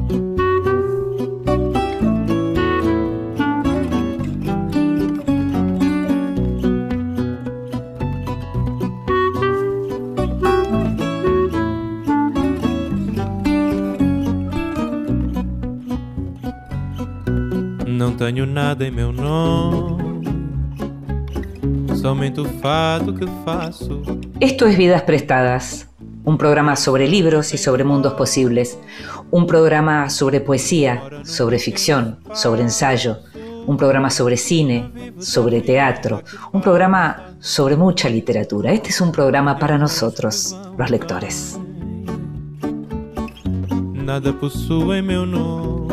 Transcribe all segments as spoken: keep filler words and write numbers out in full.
Não tenho nada em meu nome, somente o fato que faço. Esto es Vidas Prestadas, un programa sobre libros y sobre mundos posibles, un programa sobre poesía, sobre ficción, sobre ensayo, un programa sobre cine, sobre teatro, un programa sobre mucha literatura. Este es un programa para nosotros, los lectores. Nada possui meu nome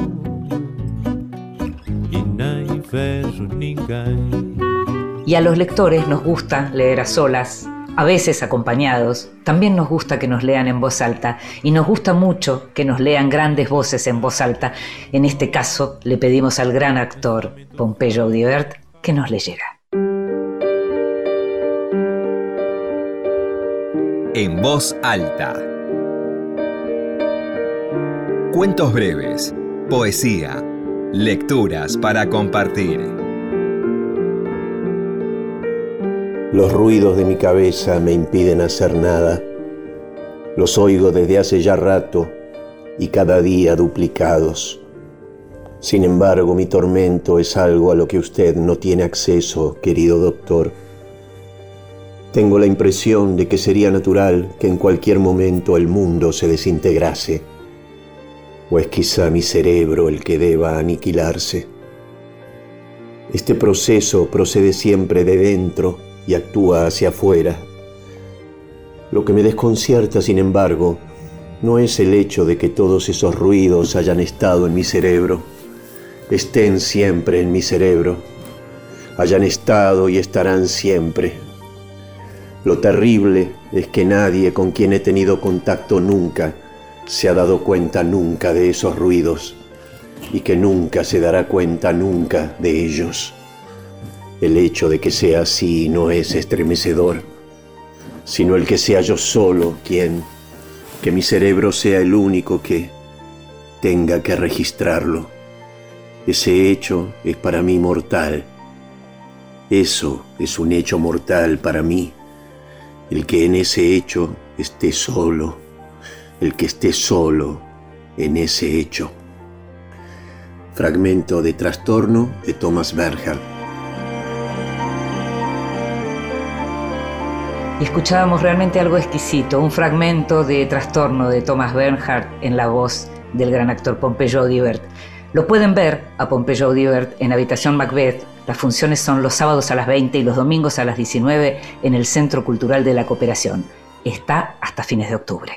e nem vejo ninguém. Y a los lectores nos gusta leer a solas, a veces acompañados. También nos gusta que nos lean en voz alta y nos gusta mucho que nos lean grandes voces en voz alta. En este caso le pedimos al gran actor Pompeyo Audibert que nos leyera. En voz alta. Cuentos breves, poesía, lecturas para compartir. Los ruidos de mi cabeza me impiden hacer nada. Los oigo desde hace ya rato y cada día duplicados. Sin embargo, mi tormento es algo a lo que usted no tiene acceso, querido doctor. Tengo la impresión de que sería natural que en cualquier momento el mundo se desintegrase. ¿O es quizá mi cerebro el que deba aniquilarse? Este proceso procede siempre de dentro y actúa hacia afuera. Lo que me desconcierta, sin embargo, no es el hecho de que todos esos ruidos hayan estado en mi cerebro, estén siempre en mi cerebro, hayan estado y estarán siempre. Lo terrible es que nadie con quien he tenido contacto nunca se ha dado cuenta nunca de esos ruidos y que nunca se dará cuenta nunca de ellos. El hecho de que sea así no es estremecedor, sino el que sea yo solo quien, que mi cerebro sea el único que tenga que registrarlo. Ese hecho es para mí mortal. Eso es un hecho mortal para mí. El que en ese hecho esté solo, el que esté solo en ese hecho. Fragmento de Trastorno de Thomas Bernhard. Y escuchábamos realmente algo exquisito, un fragmento de Trastorno de Thomas Bernhard en la voz del gran actor Pompeyo Audibert. Lo pueden ver a Pompeyo Audibert en Habitación Macbeth. Las funciones son los sábados a las veinte y los domingos a las diecinueve en el Centro Cultural de la Cooperación. Está hasta fines de octubre.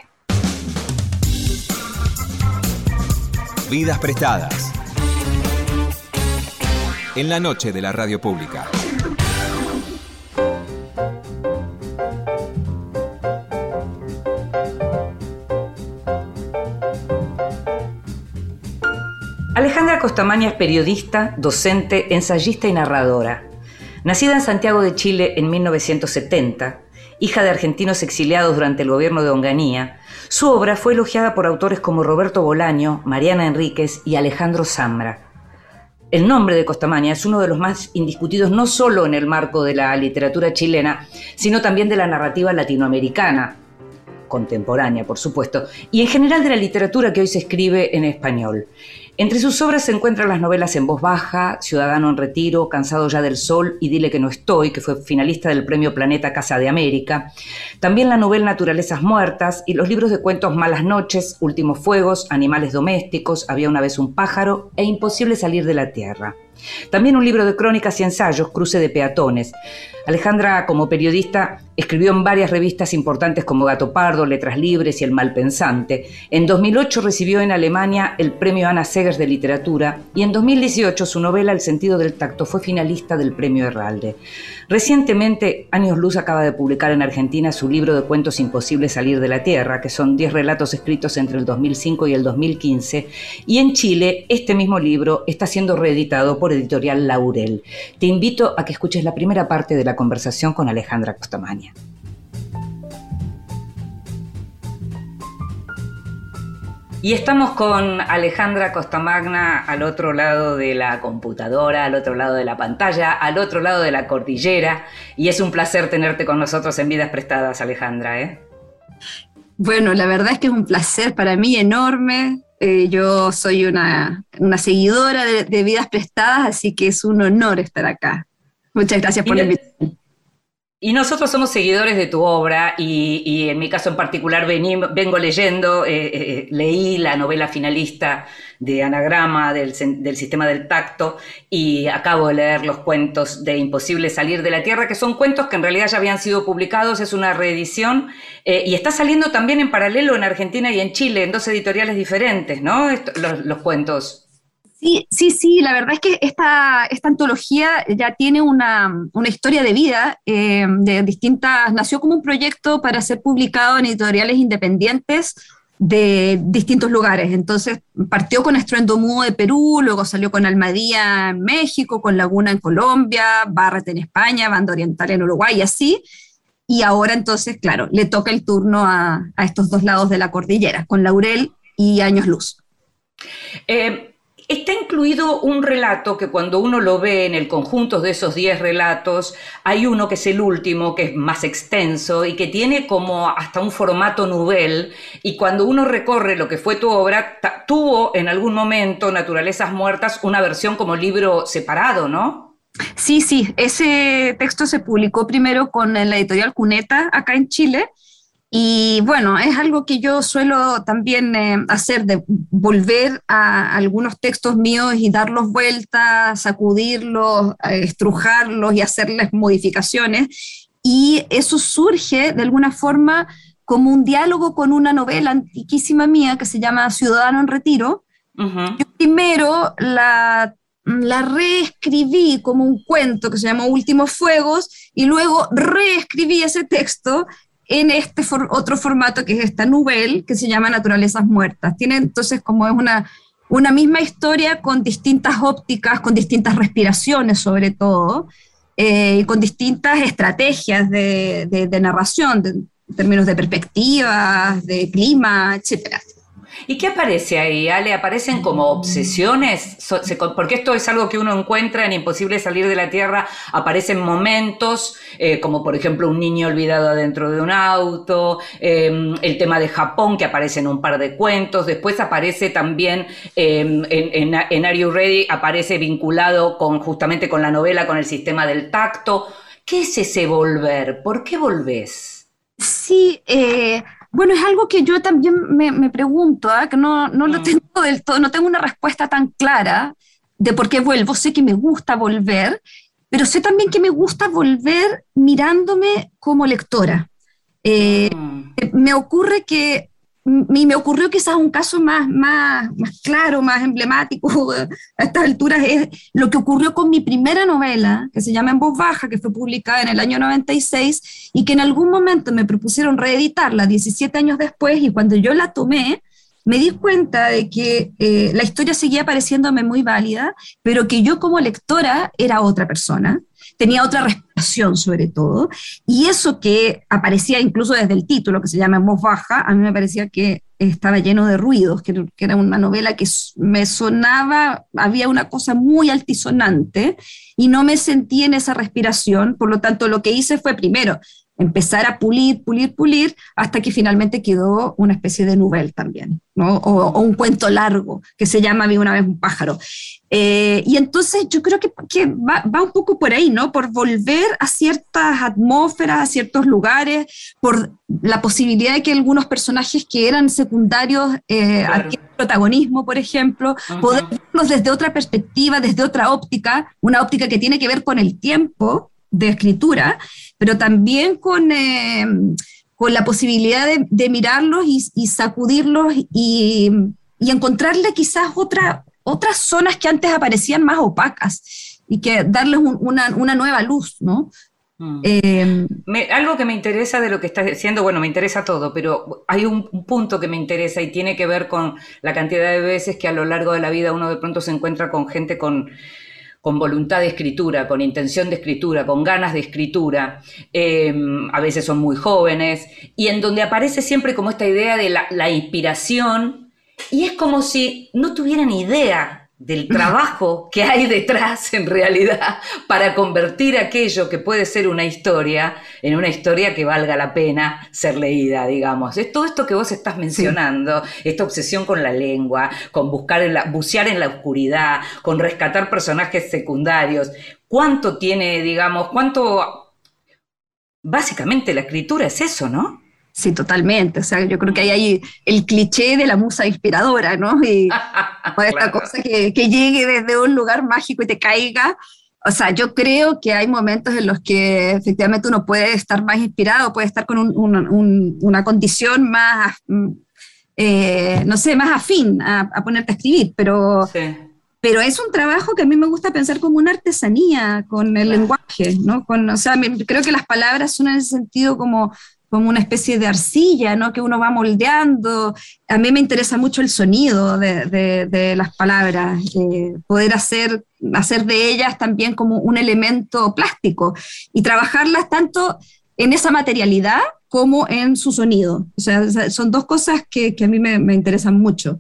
Vidas Prestadas. En la noche de la radio pública. Alejandra Costamaña es periodista, docente, ensayista y narradora. Nacida en Santiago de Chile en mil novecientos setenta, hija de argentinos exiliados durante el gobierno de Onganía, su obra fue elogiada por autores como Roberto Bolaño, Mariana Enríquez y Alejandro Zambra. El nombre de Costamaña es uno de los más indiscutidos no solo en el marco de la literatura chilena, sino también de la narrativa latinoamericana, contemporánea por supuesto, y en general de la literatura que hoy se escribe en español. Entre sus obras se encuentran las novelas En voz baja, Ciudadano en retiro, Cansado ya del sol y Dile que no estoy, que fue finalista del Premio Planeta Casa de América. También la novela Naturalezas muertas y los libros de cuentos Malas noches, Últimos fuegos, Animales domésticos, Había una vez un pájaro e Imposible salir de la tierra. También un libro de crónicas y ensayos, Cruce de peatones. Alejandra, como periodista, escribió en varias revistas importantes como Gato Pardo, Letras Libres y El Malpensante. En dos mil ocho recibió en Alemania el premio Anna Seghers de Literatura y en dos mil dieciocho su novela El sentido del tacto fue finalista del premio Herralde. Recientemente, Años Luz acaba de publicar en Argentina su libro de cuentos Imposible salir de la tierra, que son diez relatos escritos entre el dos mil cinco y el dos mil quince, y en Chile este mismo libro está siendo reeditado por Editorial Laurel. Te invito a que escuches la primera parte de la conversación con Alejandra Y estamos con Alejandra Costamagna al otro lado de la computadora, al otro lado de la pantalla, al otro lado de la cordillera. Y es un placer tenerte con nosotros en Vidas Prestadas, Alejandra, ¿eh? Bueno, la verdad es que es un placer para mí enorme. Eh, yo soy una, una seguidora de, de Vidas Prestadas, así que es un honor estar acá. Muchas gracias por la invitación. Y nosotros somos seguidores de tu obra y, y en mi caso en particular vení, vengo leyendo, eh, eh, leí la novela finalista de Anagrama del, del Sistema del Tacto y acabo de leer los cuentos de Imposible Salir de la Tierra, que son cuentos que en realidad ya habían sido publicados, es una reedición eh, y está saliendo también en paralelo en Argentina y en Chile, en dos editoriales diferentes, ¿no? Esto, los, los cuentos. Sí, sí, sí, la verdad es que esta, esta antología ya tiene una, una historia de vida eh, de distintas, nació como un proyecto para ser publicado en editoriales independientes de distintos lugares. Entonces partió con Estruendo Mudo de Perú, luego salió con Almadía en México, con Laguna en Colombia, Barret en España, Banda Oriental en Uruguay y así. Y ahora entonces, claro, le toca el turno a, a estos dos lados de la cordillera, con Laurel y Años Luz. Eh... Está incluido un relato que cuando uno lo ve en el conjunto de esos diez relatos, hay uno que es el último, que es más extenso y que tiene como hasta un formato novel, y cuando uno recorre lo que fue tu obra, tuvo en algún momento Naturalezas Muertas una versión como libro separado, ¿no? Sí, sí, ese texto se publicó primero con la editorial Cuneta acá en Chile. Y bueno, es algo que yo suelo también eh, hacer, de volver a algunos textos míos y darlos vueltas, sacudirlos, eh, estrujarlos y hacerles modificaciones. Y eso surge de alguna forma como un diálogo con una novela antiquísima mía que se llama Ciudadano en Retiro. Uh-huh. Yo primero la, la reescribí como un cuento que se llamó Últimos Fuegos y luego reescribí ese texto en este for- otro formato que es esta novela que se llama Naturalezas Muertas. Tiene entonces como es una, una misma historia con distintas ópticas, con distintas respiraciones sobre todo, eh, y con distintas estrategias de, de, de narración, de, en términos de perspectivas, de clima, etcétera. ¿Y qué aparece ahí, Ale? ¿Aparecen como obsesiones? So, se, porque esto es algo que uno encuentra en Imposible Salir de la Tierra. Aparecen momentos, eh, como por ejemplo un niño olvidado adentro de un auto, eh, el tema de Japón, que aparece en un par de cuentos. Después aparece también, eh, en, en, en Are You Ready, aparece vinculado con, justamente con la novela, con el Sistema del Tacto. ¿Qué es ese volver? ¿Por qué volvés? Sí, eh... Bueno, es algo que yo también me, me pregunto, ¿eh? que no, no lo tengo del todo, no tengo una respuesta tan clara de por qué vuelvo. Sé que me gusta volver, pero sé también que me gusta volver mirándome como lectora. Eh, mm. Me ocurre que, y me ocurrió quizás un caso más, más, más claro, más emblemático a estas alturas, es lo que ocurrió con mi primera novela, que se llama En Voz Baja, que fue publicada en el año noventa y seis, y que en algún momento me propusieron reeditarla diecisiete años después, y cuando yo la tomé, me di cuenta de que eh, la historia seguía pareciéndome muy válida, pero que yo como lectora era otra persona, tenía otra respiración sobre todo, y eso que aparecía incluso desde el título, que se llama En Voz Baja, a mí me parecía que estaba lleno de ruidos, que, que era una novela que me sonaba, había una cosa muy altisonante, y no me sentí en esa respiración. Por lo tanto lo que hice fue primero empezar a pulir, pulir, pulir, hasta que finalmente quedó una especie de novela también, ¿no? O, o un cuento largo que se llama Vi una vez un pájaro. Eh, y entonces yo creo que, que va, va un poco por ahí, ¿no? Por volver a ciertas atmósferas, a ciertos lugares, por la posibilidad de que algunos personajes que eran secundarios eh, claro. adquieran protagonismo, por ejemplo, uh-huh. poder verlos desde otra perspectiva, desde otra óptica, una óptica que tiene que ver con el tiempo de escritura, pero también con, eh, con la posibilidad de, de mirarlos y, y sacudirlos y, y encontrarle quizás otra, otras zonas que antes aparecían más opacas y que darles un, una, una nueva luz, ¿no? Mm. Eh, me, algo que me interesa de lo que estás diciendo, bueno, me interesa todo, pero hay un, un punto que me interesa y tiene que ver con la cantidad de veces que a lo largo de la vida uno de pronto se encuentra con gente con... con voluntad de escritura, con intención de escritura, con ganas de escritura, eh, a veces son muy jóvenes, y en donde aparece siempre como esta idea de la, la inspiración y es como si no tuvieran idea del trabajo que hay detrás en realidad para convertir aquello que puede ser una historia en una historia que valga la pena ser leída, digamos. Es todo esto que vos estás mencionando, sí. Esta obsesión con la lengua, con buscar en la, bucear en la oscuridad, con rescatar personajes secundarios. ¿Cuánto tiene, digamos, cuánto... Básicamente la escritura es eso, ¿no? Sí, totalmente. O sea, yo creo que hay ahí el cliché de la musa inspiradora, ¿no? Y o esta claro. cosa que, que llegue desde un lugar mágico y te caiga. O sea, yo creo que hay momentos en los que efectivamente uno puede estar más inspirado, puede estar con un, un, un, una condición más, eh, no sé, más afín a, a ponerte a escribir, pero... Sí. Pero es un trabajo que a mí me gusta pensar como una artesanía con el claro. lenguaje, ¿no? Con, o sea, me, creo que las palabras son en ese sentido como... como una especie de arcilla, ¿no? Que uno va moldeando. A mí me interesa mucho el sonido de, de, de las palabras, eh, poder hacer, hacer de ellas también como un elemento plástico y trabajarlas tanto en esa materialidad como en su sonido. O sea, son dos cosas que, que a mí me, me interesan mucho.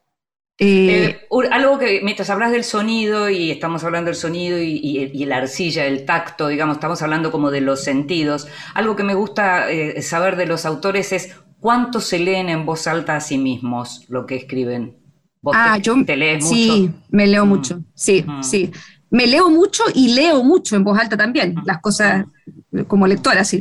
Eh, eh, algo que, mientras hablas del sonido, y estamos hablando del sonido y, y, y la arcilla, el tacto, digamos, estamos hablando como de los sentidos, algo que me gusta eh, saber de los autores es cuánto se leen en voz alta a sí mismos lo que escriben. ¿Vos ah, te, yo, te lees mucho? Sí, me leo mm. mucho, sí, mm. sí. Me leo mucho y leo mucho en voz alta también, mm. las cosas mm. como lectora, sí.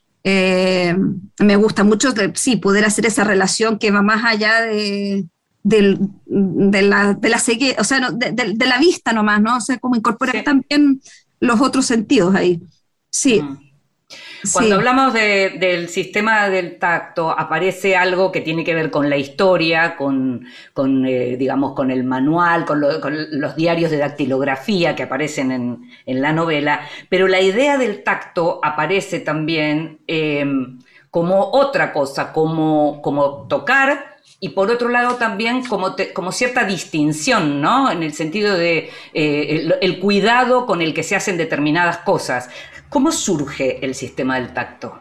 Eh, me gusta mucho, sí, poder hacer esa relación que va más allá de... Del, de la, de la ceguera, o sea, no, de, de, de la vista nomás, ¿no? O sea, como incorporar sí. también los otros sentidos ahí. Sí. Mm. Cuando sí. hablamos de, del sistema del tacto, aparece algo que tiene que ver con la historia, con, con eh, digamos, con el manual, con, lo, con los diarios de dactilografía que aparecen en, en la novela, pero la idea del tacto aparece también eh, como otra cosa, como, como tocar. Y por otro lado también como, te, como cierta distinción, ¿no? En el sentido de eh, el, el cuidado con el que se hacen determinadas cosas. ¿Cómo surge el sistema del tacto?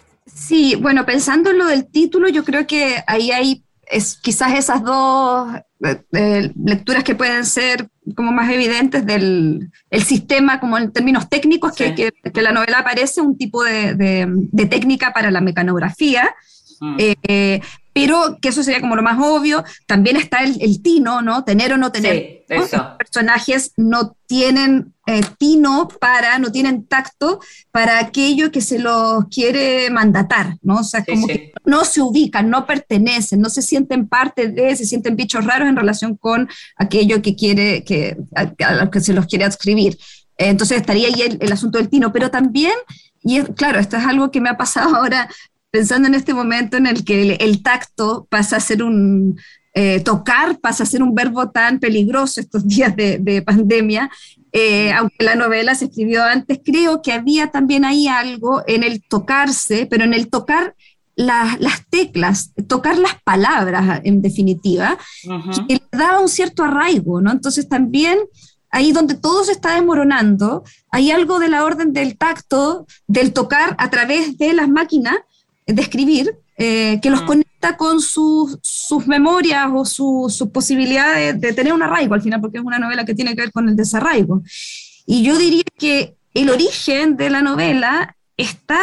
Sí, bueno, pensando en lo del título, yo creo que ahí hay es, quizás esas dos eh, eh, lecturas que pueden ser como más evidentes del el sistema, como en términos técnicos, sí. que, que, que la novela aparece, un tipo de, de, de técnica para la mecanografía, mm. eh, pero que eso sería como lo más obvio. También está el, el tino, ¿no? Tener o no tener. Sí, eso. Los personajes no tienen eh, tino para, no tienen tacto para aquello que se los quiere mandatar, ¿no? O sea, sí, como sí. que no se ubican, no pertenecen, no se sienten parte de, se sienten bichos raros en relación con aquello que quiere, que, a, a lo que se los quiere adscribir. Eh, entonces estaría ahí el, el asunto del tino, pero también, y es, claro, esto es algo que me ha pasado ahora, pensando en este momento en el que el, el tacto pasa a ser un, eh, tocar pasa a ser un verbo tan peligroso estos días de, de pandemia, eh, aunque la novela se escribió antes, creo que había también ahí algo en el tocarse, pero en el tocar la, las teclas, tocar las palabras en definitiva, uh-huh. que le daba un cierto arraigo, ¿no? Entonces también ahí donde todo se está desmoronando, hay algo de la orden del tacto, del tocar a través de las máquinas, de escribir, eh, que los conecta con sus, sus memorias o sus su posibilidades de, de tener un arraigo al final, porque es una novela que tiene que ver con el desarraigo. Y yo diría que el origen de la novela está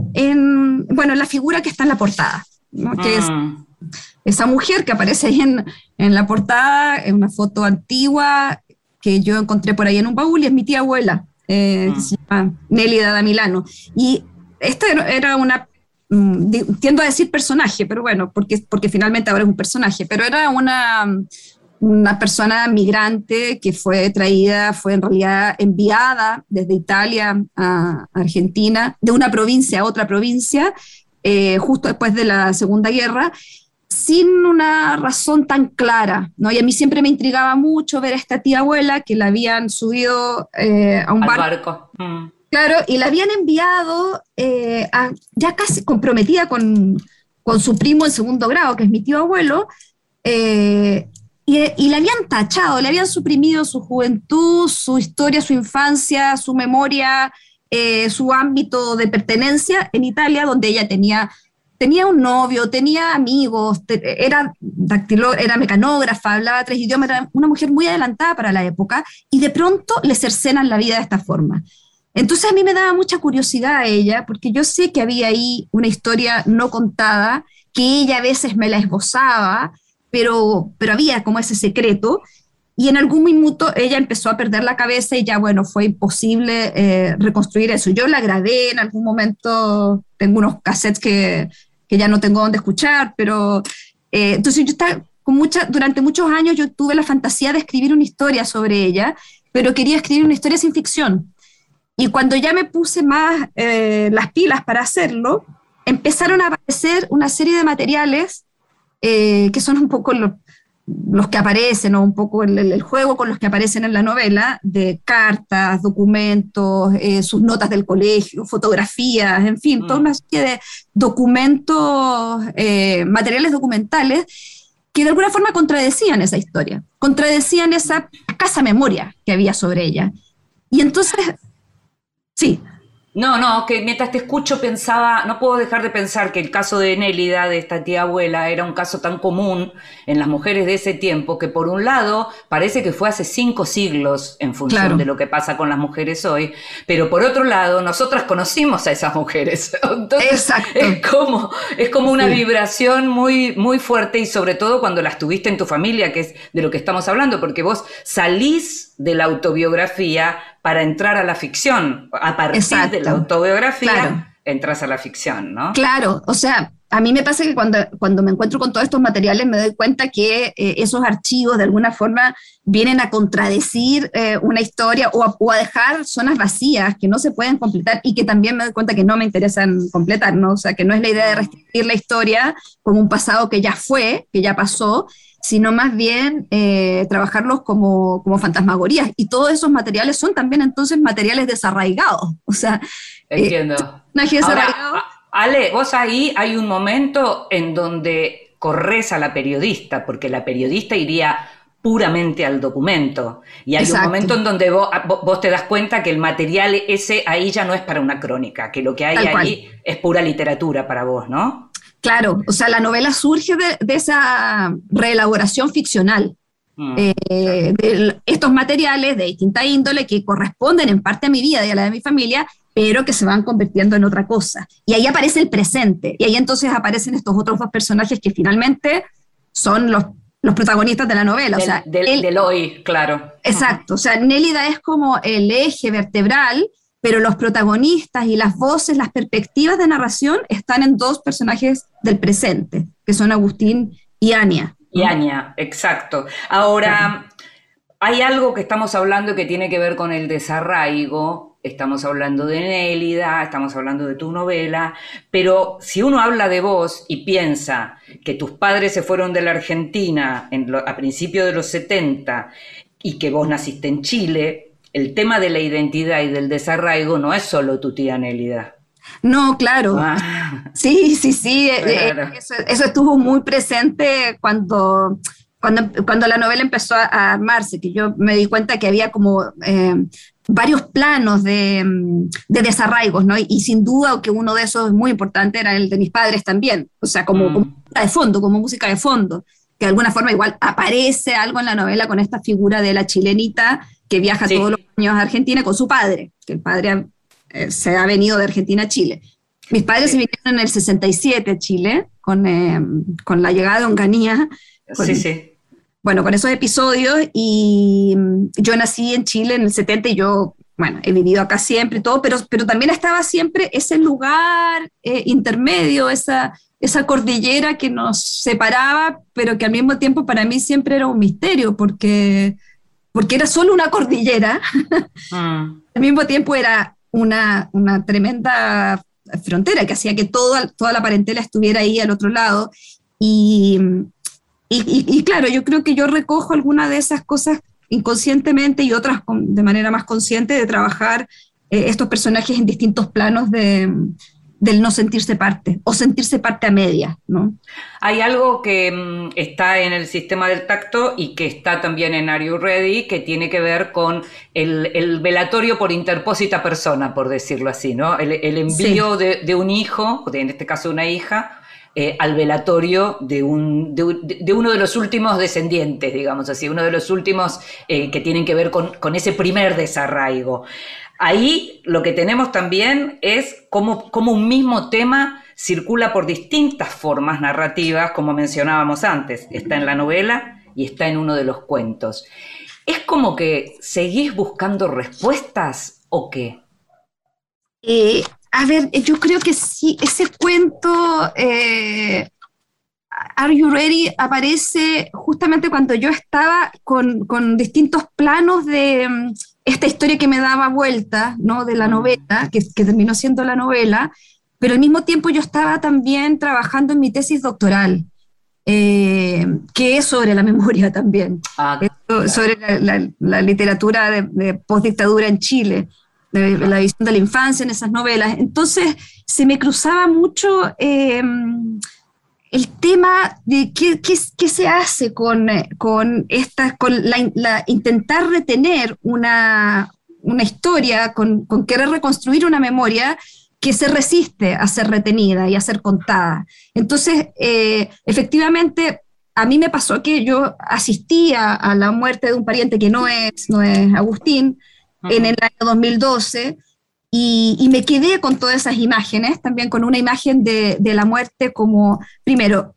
en, bueno, en la figura que está en la portada, ¿no? Mm. Que es esa mujer que aparece ahí en, en la portada, en una foto antigua que yo encontré por ahí en un baúl, y es mi tía abuela, eh, mm. que se llama Nélida da Milano. Y esta era una tiendo a decir personaje, pero bueno, porque, porque finalmente ahora es un personaje, pero era una, una persona migrante que fue traída, fue en realidad enviada desde Italia a Argentina, de una provincia a otra provincia, eh, justo después de la Segunda Guerra, sin una razón tan clara, ¿no? Y a mí siempre me intrigaba mucho ver a esta tía abuela que la habían subido eh, a un Al barco. barco. Mm. Claro, y la habían enviado eh, a, ya casi comprometida con, con su primo en segundo grado, que es mi tío abuelo, eh, y, y la habían tachado, le habían suprimido su juventud, su historia, su infancia, su memoria, eh, su ámbito de pertenencia en Italia, donde ella tenía tenía un novio, tenía amigos, te, era, dactilo, era mecanógrafa, hablaba tres idiomas, era una mujer muy adelantada para la época, y de pronto le cercenan la vida de esta forma. Entonces a mí me daba mucha curiosidad a ella, porque yo sé que había ahí una historia no contada, que ella a veces me la esbozaba, pero, pero había como ese secreto, y en algún minuto ella empezó a perder la cabeza y ya, bueno, fue imposible eh, reconstruir eso. Yo la grabé en algún momento, tengo unos cassettes que, que ya no tengo dónde escuchar, pero eh, entonces yo estaba con mucha, durante muchos años yo tuve la fantasía de escribir una historia sobre ella, pero quería escribir una historia sin ficción. Y cuando ya me puse más eh, las pilas para hacerlo, empezaron a aparecer una serie de materiales eh, que son un poco los, los que aparecen, o un poco el, el juego con los que aparecen en la novela, de cartas, documentos, eh, sus notas del colegio, fotografías, en fin, mm. toda una serie de documentos, eh, materiales documentales que de alguna forma contradecían esa historia, contradecían esa escasa memoria que había sobre ella. Y entonces, sí. No, no, que mientras te escucho pensaba, no puedo dejar de pensar que el caso de Nélida, de esta tía abuela, era un caso tan común en las mujeres de ese tiempo, que por un lado parece que fue hace cinco siglos en función claro. de lo que pasa con las mujeres hoy, pero por otro lado nosotras conocimos a esas mujeres. Entonces, exacto. Es como, es como una sí. vibración muy, muy fuerte, y sobre todo cuando las tuviste en tu familia, que es de lo que estamos hablando, porque vos salís de la autobiografía para entrar a la ficción. A partir Exacto. de la autobiografía claro. entras a la ficción, ¿no? Claro, o sea, a mí me pasa que cuando, cuando me encuentro con todos estos materiales me doy cuenta que eh, esos archivos de alguna forma vienen a contradecir eh, una historia, o a, o a dejar zonas vacías que no se pueden completar, y que también me doy cuenta que no me interesan completar, ¿no? O sea, que no es la idea de restringir la historia como un pasado que ya fue, que ya pasó, sino más bien eh, trabajarlos como, como fantasmagorías. Y todos esos materiales son también entonces materiales desarraigados. O sea, entiendo. Eh, Ahora, Ale, vos ahí hay un momento en donde corres a la periodista, porque la periodista iría puramente al documento. Y hay Exacto. un momento en donde vos, vos te das cuenta que el material ese ahí ya no es para una crónica, que lo que hay Tal ahí cual. Es pura literatura para vos, ¿no? Claro, o sea, la novela surge de, de esa reelaboración ficcional. Mm, eh, de estos materiales de distinta índole que corresponden en parte a mi vida y a la de mi familia, pero que se van convirtiendo en otra cosa. Y ahí aparece el presente, y ahí entonces aparecen estos otros dos personajes que finalmente son los, los protagonistas de la novela. Del, o sea, del, el, del hoy, claro. Exacto, o sea, Nélida es como el eje vertebral, pero los protagonistas y las voces, las perspectivas de narración están en dos personajes del presente, que son Agustín y Ania. Y Ania, exacto. Ahora, hay algo que estamos hablando que tiene que ver con el desarraigo. Estamos hablando de Nélida, estamos hablando de tu novela, pero si uno habla de vos y piensa que tus padres se fueron de la Argentina en lo, a principios de los setenta, y que vos naciste en Chile, el tema de la identidad y del desarraigo no es solo tu tía Nélida. No, claro. Ah. Sí, sí, sí. Claro. Eso, eso estuvo muy presente cuando, cuando, cuando la novela empezó a, a armarse, que yo me di cuenta que había como eh, varios planos de, de desarraigos, ¿no? Y, y sin duda que uno de esos muy importante era el de mis padres también. O sea, como, mm. como música de fondo, como música de fondo, que de alguna forma igual aparece algo en la novela con esta figura de la chilenita que viaja sí. todos los años a Argentina con su padre, que el padre eh, se ha venido de Argentina a Chile. Mis padres sí. se vinieron en el sesenta y siete a Chile, con, eh, con la llegada de Onganía. Con, sí, sí. Bueno, con esos episodios, y yo nací en Chile en el setenta, y yo, bueno, he vivido acá siempre y todo, pero, pero también estaba siempre ese lugar eh, intermedio, esa, esa cordillera que nos separaba, pero que al mismo tiempo para mí siempre era un misterio, porque... porque era solo una cordillera, mm. al mismo tiempo era una, una tremenda frontera que hacía que toda, toda la parentela estuviera ahí al otro lado. Y, y, y, y claro, yo creo que yo recojo algunas de esas cosas inconscientemente, y otras con, de manera más consciente, de trabajar eh, estos personajes en distintos planos de... del no sentirse parte, o sentirse parte a media, ¿no? Hay algo que mm, está en el sistema del tacto y que está también en Are You Ready, que tiene que ver con el, el velatorio por interpósita persona, por decirlo así, ¿no? El, el envío sí. de, de un hijo, de, en este caso una hija, eh, al velatorio de, un, de, de uno de los últimos descendientes, digamos así, uno de los últimos eh, que tienen que ver con, con ese primer desarraigo. Ahí lo que tenemos también es cómo, cómo un mismo tema circula por distintas formas narrativas, como mencionábamos antes. Está en la novela y está en uno de los cuentos. ¿Es como que seguís buscando respuestas o qué? Eh, a ver, yo creo que sí, ese cuento, eh, Are You Ready, aparece justamente cuando yo estaba con, con distintos planos de um, esta historia que me daba vuelta, ¿no? De la novela, que, que terminó siendo la novela, pero al mismo tiempo yo estaba también trabajando en mi tesis doctoral, eh, que es sobre la memoria también, ah, claro. sobre la, la, la literatura de, de postdictadura en Chile, de, de la visión de la infancia en esas novelas. Entonces se me cruzaba mucho eh, el tema de qué, qué, qué se hace con, con, esta, con la, la, intentar retener una, una historia, con, con querer reconstruir una memoria que se resiste a ser retenida y a ser contada. Entonces, eh, efectivamente, a mí me pasó que yo asistía a la muerte de un pariente que no es, no es Agustín, uh-huh. en el año dos mil doce, y, y me quedé con todas esas imágenes, también con una imagen de, de la muerte como, primero,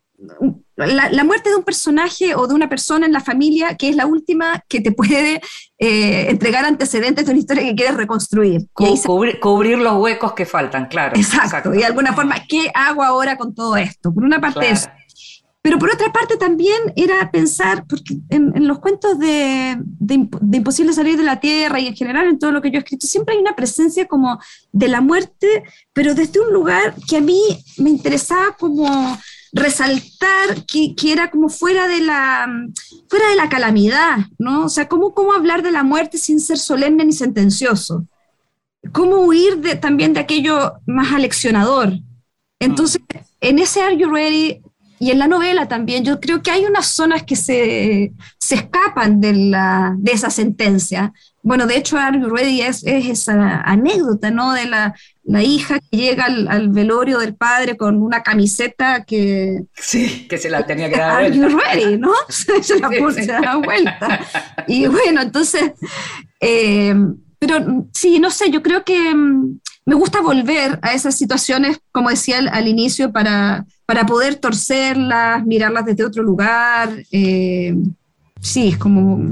la, la muerte de un personaje o de una persona en la familia que es la última que te puede eh, entregar antecedentes de una historia que quieres reconstruir. Cu- se... cubrir, cubrir los huecos que faltan, claro. Exacto, exacto. Y de alguna forma, ¿qué hago ahora con todo esto? Por una parte claro. eso. Pero por otra parte también era pensar, porque en, en los cuentos de, de, de Imposible Salir de la Tierra y en general en todo lo que yo he escrito, siempre hay una presencia como de la muerte, pero desde un lugar que a mí me interesaba como resaltar que, que era como fuera de la fuera de la calamidad, ¿no? O sea, ¿cómo, cómo hablar de la muerte sin ser solemne ni sentencioso? ¿Cómo huir de, también de aquello más aleccionador? Entonces, en ese Are You Ready y en la novela también, yo creo que hay unas zonas que se, se escapan de, la, de esa sentencia. Bueno, de hecho, Are You Ready es, es esa anécdota, ¿no? De la, la hija que llega al, al velorio del padre con una camiseta que... Sí, que se la tenía que dar Are vuelta. You Ready, ¿no? Se la pone, se da vuelta. Y bueno, entonces... Eh, pero sí, no sé, yo creo que um, me gusta volver a esas situaciones, como decía al, al inicio, para, para poder torcerlas, mirarlas desde otro lugar. Eh, sí, es como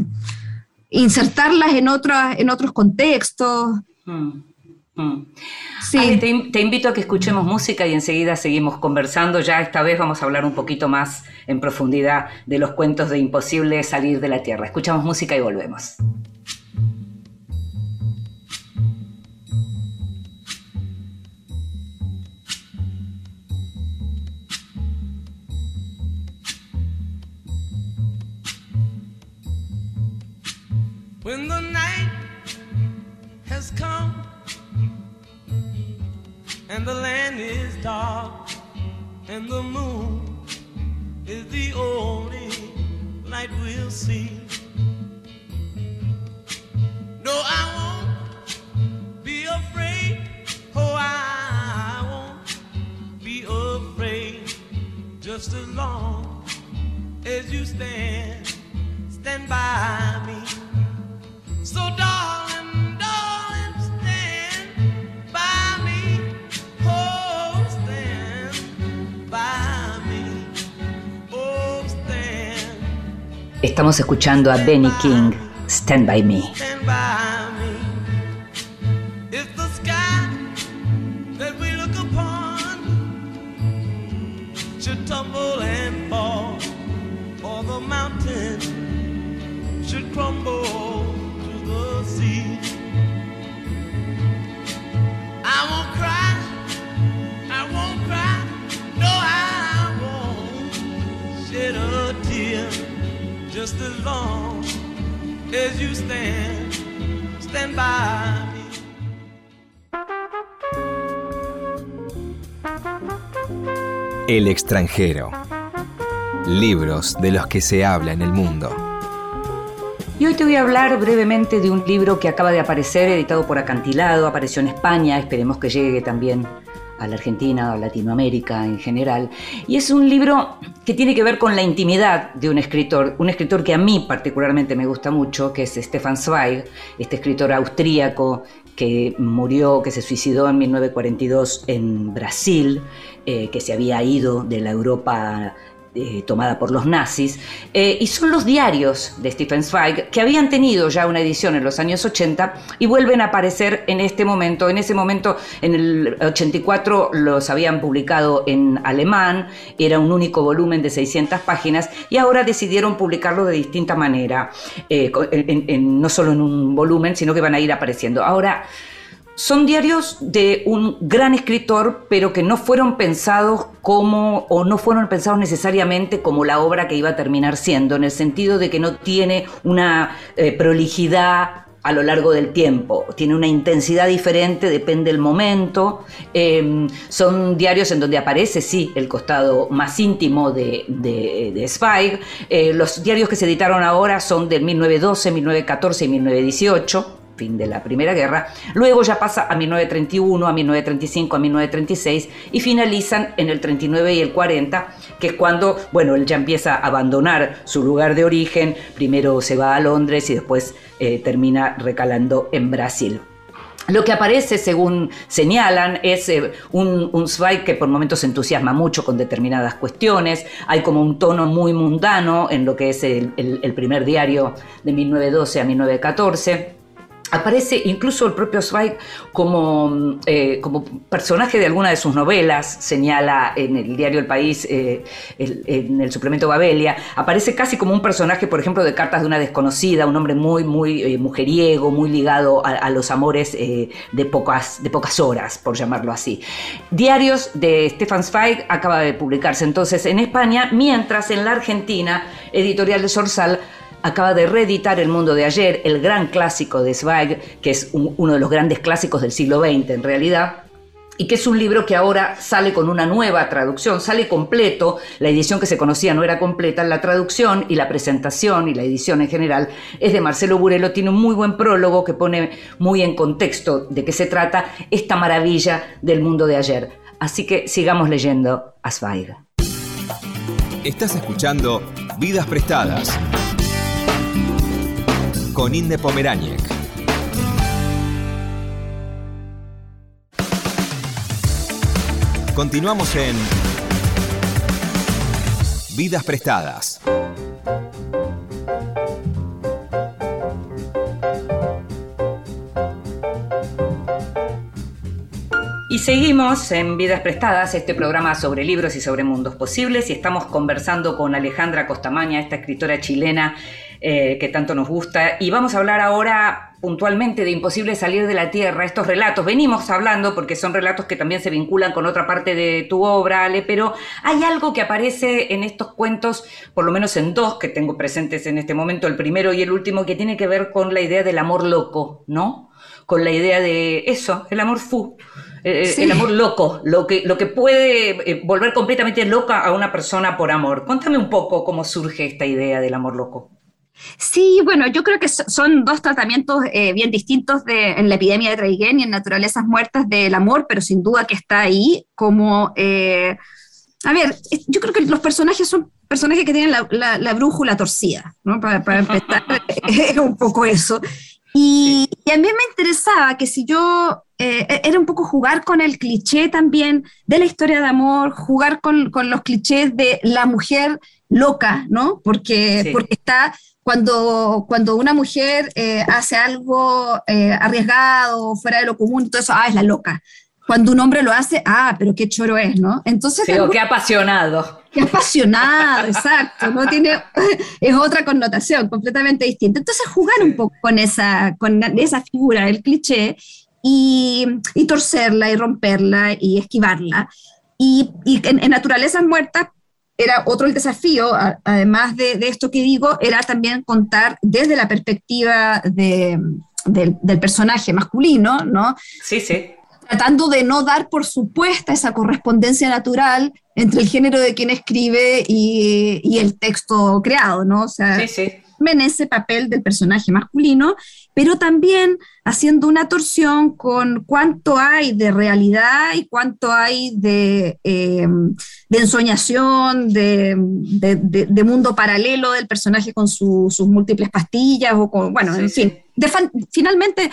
insertarlas en, otras, en otros contextos. Mm. Mm. Sí. Ale, te, te invito a que escuchemos música y enseguida seguimos conversando. Ya esta vez vamos a hablar un poquito más en profundidad de los cuentos de Imposible Salir de la Tierra. Escuchamos música y volvemos. When the night has come and the land is dark and the moon is the only light we'll see. No, I won't be afraid. Oh, I won't be afraid. Just as long as you stand, stand by me. So darling, darling, stand by me. Oh, stand by me. Oh, stand. Estamos escuchando a Benny King, Stand By Me. Stand by me. If the sky that we look upon should tumble and fall, or the mountain should crumble the sea, I won't cry, I won't cry, no, I won't shed a tear. Just as long as you stand, stand by me. El extranjero. Libros de los que se habla en el mundo. Y hoy te voy a hablar brevemente de un libro que acaba de aparecer, editado por Acantilado, apareció en España, esperemos que llegue también a la Argentina, a Latinoamérica en general. Y es un libro que tiene que ver con la intimidad de un escritor, un escritor que a mí particularmente me gusta mucho, que es Stefan Zweig, este escritor austríaco que murió, que se suicidó en mil novecientos cuarenta y dos en Brasil, eh, que se había ido de la Europa Eh, tomada por los nazis, eh, y son los diarios de Stefan Zweig, que habían tenido ya una edición en los años ochenta y vuelven a aparecer en este momento. En ese momento, en el ochenta y cuatro, los habían publicado en alemán, era un único volumen de seiscientas páginas, y ahora decidieron publicarlo de distinta manera, eh, en, en, no solo en un volumen, sino que van a ir apareciendo. Ahora, son diarios de un gran escritor, pero que no fueron pensados como, o no fueron pensados necesariamente como la obra que iba a terminar siendo, en el sentido de que no tiene una eh, prolijidad a lo largo del tiempo, tiene una intensidad diferente, depende del momento. Eh, son diarios en donde aparece, sí, el costado más íntimo de, de, de Zweig. Eh, los diarios que se editaron ahora son del mil novecientos doce, mil novecientos catorce y mil novecientos dieciocho. Fin de la Primera Guerra, luego ya pasa a mil novecientos treinta y uno, a mil novecientos treinta y cinco, a mil novecientos treinta y seis y finalizan en el treinta y nueve y el cuarenta, que es cuando, bueno, él ya empieza a abandonar su lugar de origen, primero se va a Londres y después eh, termina recalando en Brasil. Lo que aparece, según señalan, es eh, un, un Zweig que por momentos se entusiasma mucho con determinadas cuestiones. Hay como un tono muy mundano en lo que es el, el, el primer diario de mil novecientos doce a mil novecientos catorce. Aparece incluso el propio Zweig como, eh, como personaje de alguna de sus novelas, señala en el diario El País, eh, el, en el suplemento Babelia. Aparece casi como un personaje, por ejemplo, de Cartas de una desconocida, un hombre muy, muy eh, mujeriego, muy ligado a, a los amores eh, de, pocas, de pocas horas, por llamarlo así. Diarios de Stefan Zweig acaba de publicarse entonces en España, mientras en la Argentina, Editorial de Zorzal acaba de reeditar El Mundo de Ayer, el gran clásico de Zweig, que es un, uno de los grandes clásicos del siglo veinte en realidad, y que es un libro que ahora sale con una nueva traducción, sale completo. La edición que se conocía no era completa, la traducción y la presentación y la edición en general es de Marcelo Burelo. Tiene un muy buen prólogo que pone muy en contexto de qué se trata esta maravilla del mundo de ayer. Así que sigamos leyendo a Zweig. Estás escuchando Vidas Prestadas con Inde Pomeráñez. Continuamos en Vidas Prestadas. Y seguimos en Vidas Prestadas, este programa sobre libros y sobre mundos posibles, y estamos conversando con Alejandra Costamaña, esta escritora chilena eh, que tanto nos gusta, y vamos a hablar ahora puntualmente de Imposible salir de la Tierra, estos relatos. Venimos hablando porque son relatos que también se vinculan con otra parte de tu obra, Ale, pero hay algo que aparece en estos cuentos, por lo menos en dos que tengo presentes en este momento, el primero y el último, que tiene que ver con la idea del amor loco, ¿no? Con la idea de eso, el amor fou. Sí. El amor loco, lo que, lo que puede eh, volver completamente loca a una persona por amor. Cuéntame un poco cómo surge esta idea del amor loco. Sí, bueno, yo creo que son dos tratamientos eh, bien distintos de, en la epidemia de Traiguén y en Naturalezas Muertas del amor, pero sin duda que está ahí como... Eh, a ver, yo creo que los personajes son personajes que tienen la, la, la brújula torcida, ¿no? Para, para empezar, es un poco eso. Y, y a mí me interesaba que si yo... Eh, era un poco jugar con el cliché también de la historia de amor, jugar con, con los clichés de la mujer loca, ¿no? Porque, sí. porque está, cuando, cuando una mujer eh, hace algo eh, arriesgado, fuera de lo común, todo eso, ah, es la loca. Cuando un hombre lo hace, ah, pero qué choro es, ¿no? Entonces, sí, o qué apasionado. Qué apasionado, exacto, ¿no? Tiene, es otra connotación completamente distinta. Entonces jugar sí. un poco con esa, con esa figura, el cliché, Y, y torcerla y romperla y esquivarla. Y, y en, en Naturalezas Muertas era otro el desafío, a, además de, de esto que digo, era también contar desde la perspectiva de, de, del personaje masculino, ¿no? Sí, sí. Tratando de no dar por supuesta esa correspondencia natural entre el género de quien escribe y, y el texto creado, ¿no? O sea, sí, sí. en ese papel del personaje masculino, pero también haciendo una torsión con cuánto hay de realidad y cuánto hay de, eh, de ensoñación, de, de, de, de mundo paralelo del personaje con su, sus múltiples pastillas, o con, bueno, sí, en fin, sí. de fan, finalmente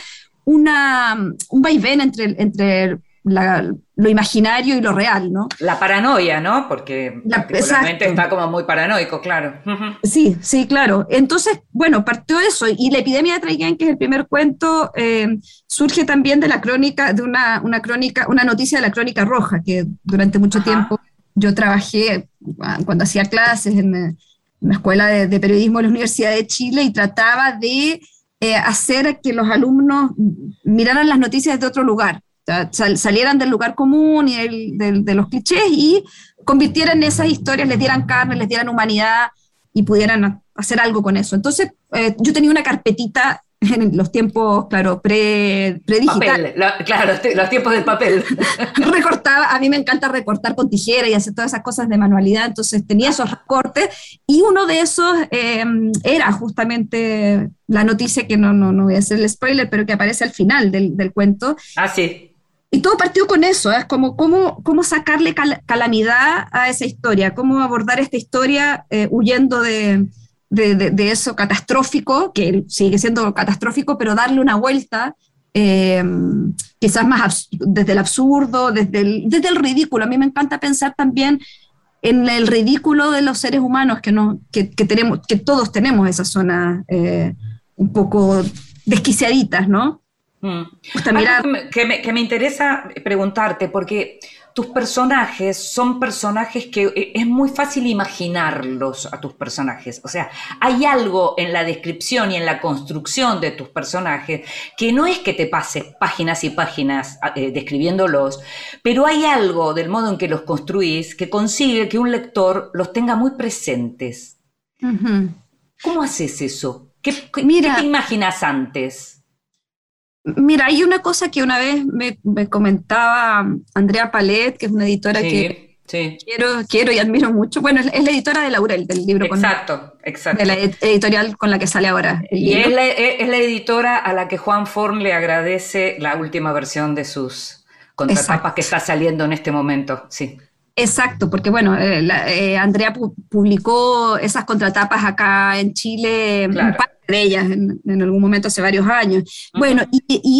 una, un vaivén entre, entre la, lo imaginario y lo real, ¿no? La paranoia, ¿no? Porque la, particularmente exacto. Está como muy paranoico, claro. Sí, sí, claro. Entonces, bueno, partió eso, y La epidemia de Traiguén, que es el primer cuento, eh, surge también de la crónica, de una, una crónica, una noticia de la Crónica Roja, que durante mucho Ajá. tiempo yo trabajé cuando hacía clases en, en la Escuela de, de Periodismo de la Universidad de Chile, y trataba de eh, hacer que los alumnos miraran las noticias de otro lugar. Sal, salieran del lugar común y el, de, de los clichés, y convirtieran esas historias, les dieran carne, les dieran humanidad y pudieran hacer algo con eso. Entonces, eh, yo tenía una carpetita en los tiempos, claro, pre, pre-digital. Papel, la, claro, los tiempos del papel. Recortaba, a mí me encanta recortar con tijera y hacer todas esas cosas de manualidad, entonces tenía esos recortes, y uno de esos eh, era justamente la noticia, que no, no, no voy a hacer el spoiler, pero que aparece al final del, del cuento. Ah, sí. Y todo partió con eso, es ¿eh? como cómo, cómo sacarle cal, calamidad a esa historia, cómo abordar esta historia eh, huyendo de, de, de, de eso catastrófico, que sigue siendo catastrófico, pero darle una vuelta, eh, quizás más desde el absurdo, desde el, desde el ridículo. A mí me encanta pensar también en el ridículo de los seres humanos, que, no, que, que, tenemos, que todos tenemos esas zonas eh, un poco desquiciaditas, ¿no? Mm. Mirar... Que, me, que, me, que me interesa preguntarte, porque tus personajes son personajes que es muy fácil imaginarlos a tus personajes. O sea, hay algo en la descripción y en la construcción de tus personajes que no es que te pases páginas y páginas eh, describiéndolos, pero hay algo del modo en que los construís que consigue que un lector los tenga muy presentes. Uh-huh. ¿Cómo haces eso? ¿Qué, qué, Mira, ¿qué te imaginas antes? Mira, hay una cosa que una vez me, me comentaba Andrea Palet, que es una editora sí, que sí. Quiero, quiero y admiro mucho. Bueno, es, es la editora de Laurel, del libro. Exacto, con, exacto. De la editorial con la que sale ahora. Y es la, es la editora a la que Juan Forn le agradece la última versión de sus contratapas exacto. que está saliendo en este momento, sí. Exacto, porque bueno, eh, la, eh, Andrea pu- publicó esas contratapas acá en Chile, claro. un par de ellas en, en algún momento hace varios años. Uh-huh. Bueno, y,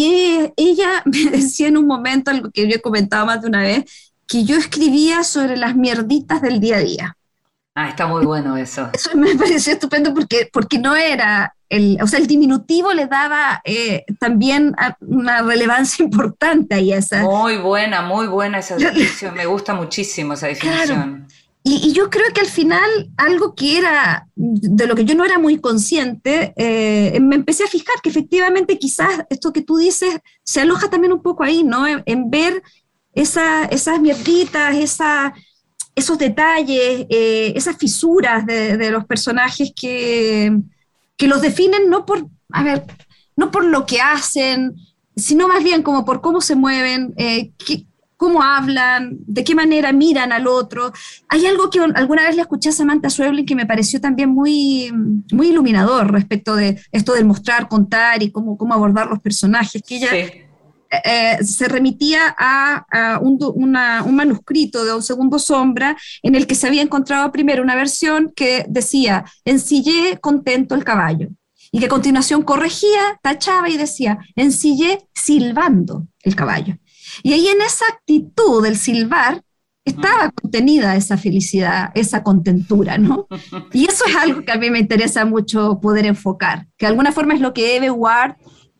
y ella me decía en un momento, algo que yo he comentado más de una vez, que yo escribía sobre las mierditas del día a día. Ah, está muy bueno eso. Eso me pareció estupendo porque, porque no era, el, o sea, el diminutivo le daba eh, también una relevancia importante ahí a esa. Muy buena, muy buena esa definición, me gusta muchísimo esa definición. Claro. Y, y yo creo que al final algo que era, de lo que yo no era muy consciente, eh, me empecé a fijar que efectivamente quizás esto que tú dices se aloja también un poco ahí, ¿no? En, en ver esa, esas mierditas, esa... esos detalles, eh, esas fisuras de, de los personajes que, que los definen no por, a ver, no por lo que hacen, sino más bien como por cómo se mueven, eh, qué, cómo hablan, de qué manera miran al otro. Hay algo que alguna vez le escuché a Samantha Schweblin que me pareció también muy, muy iluminador respecto de esto del mostrar, contar y cómo, cómo abordar los personajes, que ella... Sí. Eh, se remitía a, a un, una, un manuscrito de Un segundo sombra en el que se había encontrado primero una versión que decía ensillé contento el caballo, y que a continuación corregía, tachaba y decía ensillé silbando el caballo, y ahí en esa actitud del silbar estaba contenida esa felicidad, esa contentura, ¿no? Y eso es algo que a mí me interesa mucho poder enfocar, que de alguna forma es lo que Eve Ward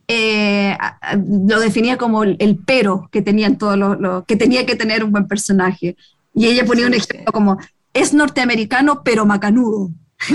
Eh, lo definía como el, el pero que tenían todos los lo, que tenía que tener un buen personaje, y ella ponía un ejemplo como es norteamericano pero macanudo.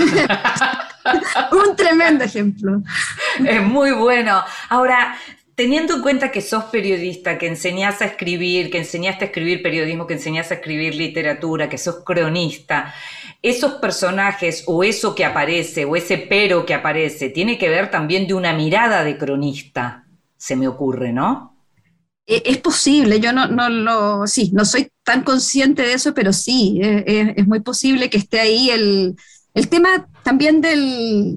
Un tremendo ejemplo. Es muy bueno. Ahora, teniendo en cuenta que sos periodista, que enseñás a escribir, que enseñaste a escribir periodismo, que enseñás a escribir literatura, que sos cronista, esos personajes o eso que aparece o ese pero que aparece tiene que ver también de una mirada de cronista, se me ocurre, ¿no? Es posible, yo no, no lo, sí, no soy tan consciente de eso, pero sí, es, es muy posible que esté ahí el, el tema también del,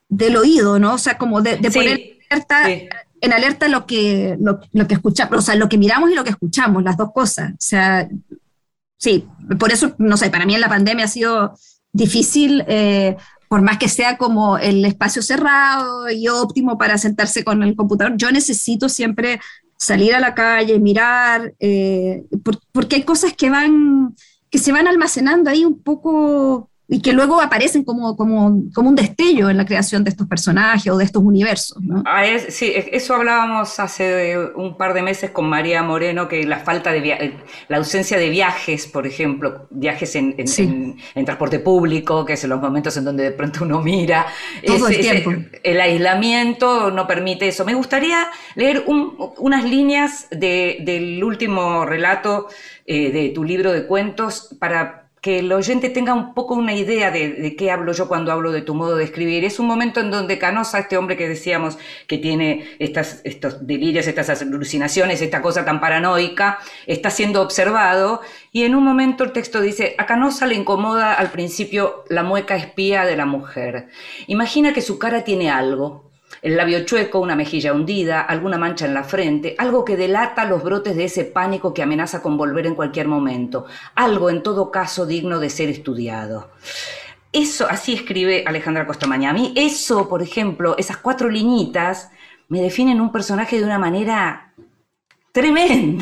del oído, ¿no? O sea, como de, de Sí, poner alerta, sí. en alerta lo que, lo, lo que escuchamos, o sea, lo que miramos y lo que escuchamos, las dos cosas. O sea, sí, por eso, no sé, para mí en la pandemia ha sido difícil, eh, por más que sea como el espacio cerrado y óptimo para sentarse con el computador, yo necesito siempre salir a la calle, mirar, eh, por, porque hay cosas que van, que se van almacenando ahí un poco y que luego aparecen como, como, como un destello en la creación de estos personajes o de estos universos, ¿no? Ah, es, sí, eso hablábamos hace un par de meses con María Moreno, que la falta de via- la ausencia de viajes, por ejemplo, viajes en, en, Sí. en, en transporte público, que es en los momentos en donde de pronto uno mira, Todo el ese- ese- tiempo. el aislamiento no permite eso. Me gustaría leer un- unas líneas de, del último relato eh, de tu libro de cuentos para que el oyente tenga un poco una idea de, de qué hablo yo cuando hablo de tu modo de escribir. Es un momento en donde Canosa, este hombre que decíamos que tiene estas, estos delirios, estas alucinaciones, esta cosa tan paranoica, está siendo observado, y en un momento el texto dice: a Canosa le incomoda al principio la mueca espía de la mujer. Imagina que su cara tiene algo. El labio chueco, una mejilla hundida, alguna mancha en la frente, algo que delata los brotes de ese pánico que amenaza con volver en cualquier momento, algo en todo caso digno de ser estudiado. Eso, así escribe Alejandra Costamaña. A mí eso, por ejemplo, esas cuatro liñitas, me definen un personaje de una manera tremenda.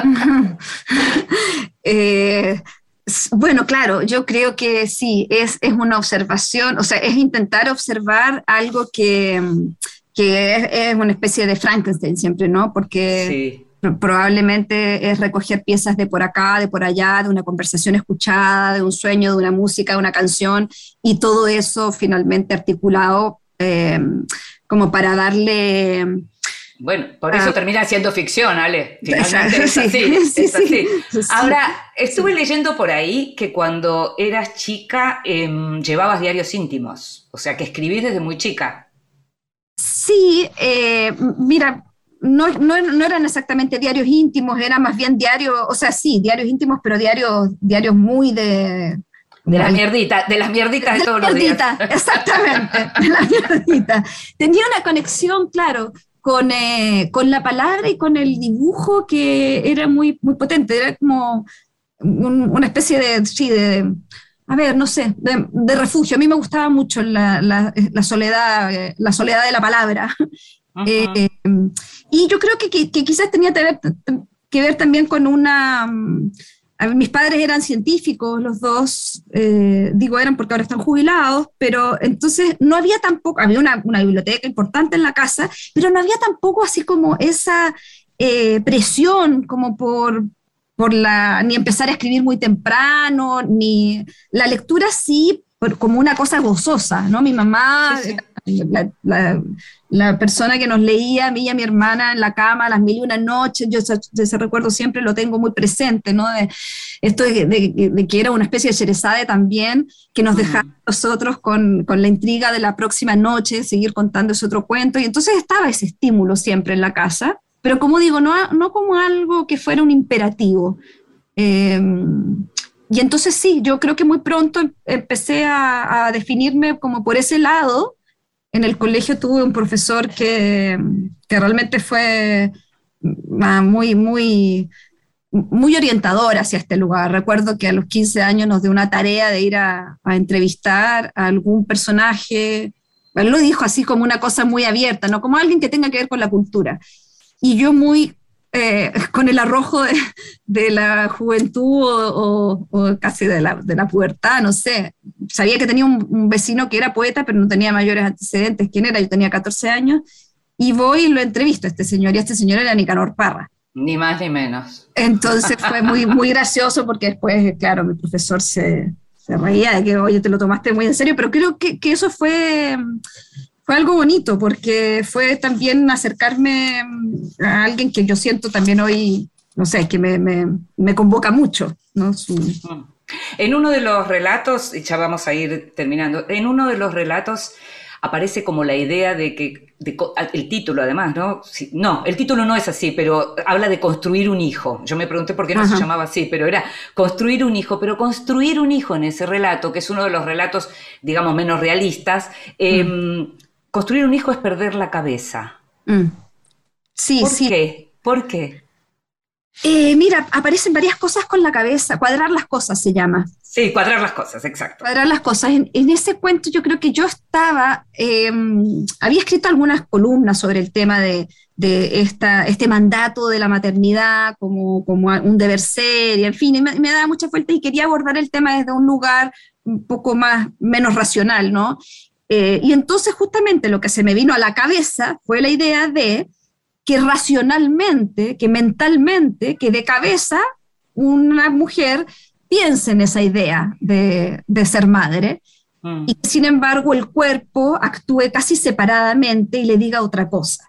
Eh, bueno, claro, yo creo que sí, es, es una observación, o sea, es intentar observar algo que, que es, es una especie de Frankenstein siempre, ¿no? Porque Sí. pro- probablemente es recoger piezas de por acá, de por allá, de una conversación escuchada, de un sueño, de una música, de una canción, y todo eso finalmente articulado eh, como para darle... Bueno, por eso Ah. termina siendo ficción, Ale. Finalmente es Sí, así, sí, es así. sí, sí. Ahora, estuve leyendo por ahí que cuando eras chica em, llevabas diarios íntimos, o sea, que escribís desde muy chica. Sí, eh, mira, no, no, no eran exactamente diarios íntimos, eran más bien diarios, o sea, sí, diarios íntimos, pero diarios, diarios muy de... De las muy- mierditas, de las mierditas de, de todos la los días. mierdita, exactamente, de la mierdita. Tenía una conexión, claro, con, eh, con la palabra y con el dibujo que era muy, muy potente, era como un- una especie de, sí, de, a ver, no sé, de, de refugio. A mí me gustaba mucho la, la- la soledad, eh, la soledad de la palabra. Ujú. Eh, y yo creo que, que- que quizás tenía que ver, que ver también con una... mm, a ver, mis padres eran científicos, los dos, eh, digo eran porque ahora están jubilados, pero entonces no había tampoco, había una, una biblioteca importante en la casa, pero no había tampoco así como esa eh, presión como por, por la, ni empezar a escribir muy temprano, ni la lectura sí, por- como una cosa gozosa, ¿no? Mi mamá, Sí, sí. la, la- la persona que nos leía, a mí y a mi hermana en la cama a las mil y una noches, yo ese, ese recuerdo siempre lo tengo muy presente, ¿no? De esto de, de- de que era una especie de Sherezade también, que nos dejaba a nosotros con, con la intriga de la próxima noche, seguir contando ese otro cuento, y entonces estaba ese estímulo siempre en la casa, pero como digo, no, no como algo que fuera un imperativo. Eh, y entonces sí, yo creo que muy pronto em- empecé a, a definirme como por ese lado. En el colegio tuve un profesor que, que realmente fue ah, muy, muy, muy orientador hacia este lugar. Recuerdo que a los quince años nos dio una tarea de ir a, a entrevistar a algún personaje. Él lo dijo así como una cosa muy abierta, ¿no? Como alguien que tenga que ver con la cultura. Y yo muy, eh, con el arrojo de, de la juventud o, o- o casi de la, de la pubertad, no sé. Sabía que tenía un, un vecino que era poeta, pero no tenía mayores antecedentes. ¿Quién era? Yo tenía catorce años. Y voy y lo entrevisto a este señor, y este señor era Nicanor Parra. Ni más ni menos. Entonces fue muy, muy gracioso porque después, claro, mi profesor se, se reía de que, oye, te lo tomaste muy en serio, pero creo que, que eso fue, fue algo bonito porque fue también acercarme a alguien que yo siento también hoy, no sé, que me, me, me convoca mucho, ¿no? Su, En uno de los relatos, y ya vamos a ir terminando, en uno de los relatos aparece como la idea de que, de, el título además, ¿no? Sí, no, el título no es así, pero habla de construir un hijo. Yo me pregunté por qué no Ajá. se llamaba así, pero era construir un hijo, pero construir un hijo en ese relato, que es uno de los relatos, digamos, menos realistas, eh, construir un hijo es perder la cabeza. Mm. Sí, ¿Por sí. qué? ¿Por qué? Eh, mira, aparecen varias cosas con la cabeza, cuadrar las cosas se llama. Sí, cuadrar las cosas, exacto. Cuadrar las cosas. En, en ese cuento yo creo que yo estaba, eh, había escrito algunas columnas sobre el tema de, de esta, este mandato de la maternidad como, como un deber ser, y en fin, y me, me daba mucha vuelta y quería abordar el tema desde un lugar un poco más, menos racional, ¿no? Eh, y entonces justamente lo que se me vino a la cabeza fue la idea de que racionalmente, que mentalmente, que de cabeza una mujer piense en esa idea de, de ser madre, mm. y sin embargo el cuerpo actúe casi separadamente y le diga otra cosa.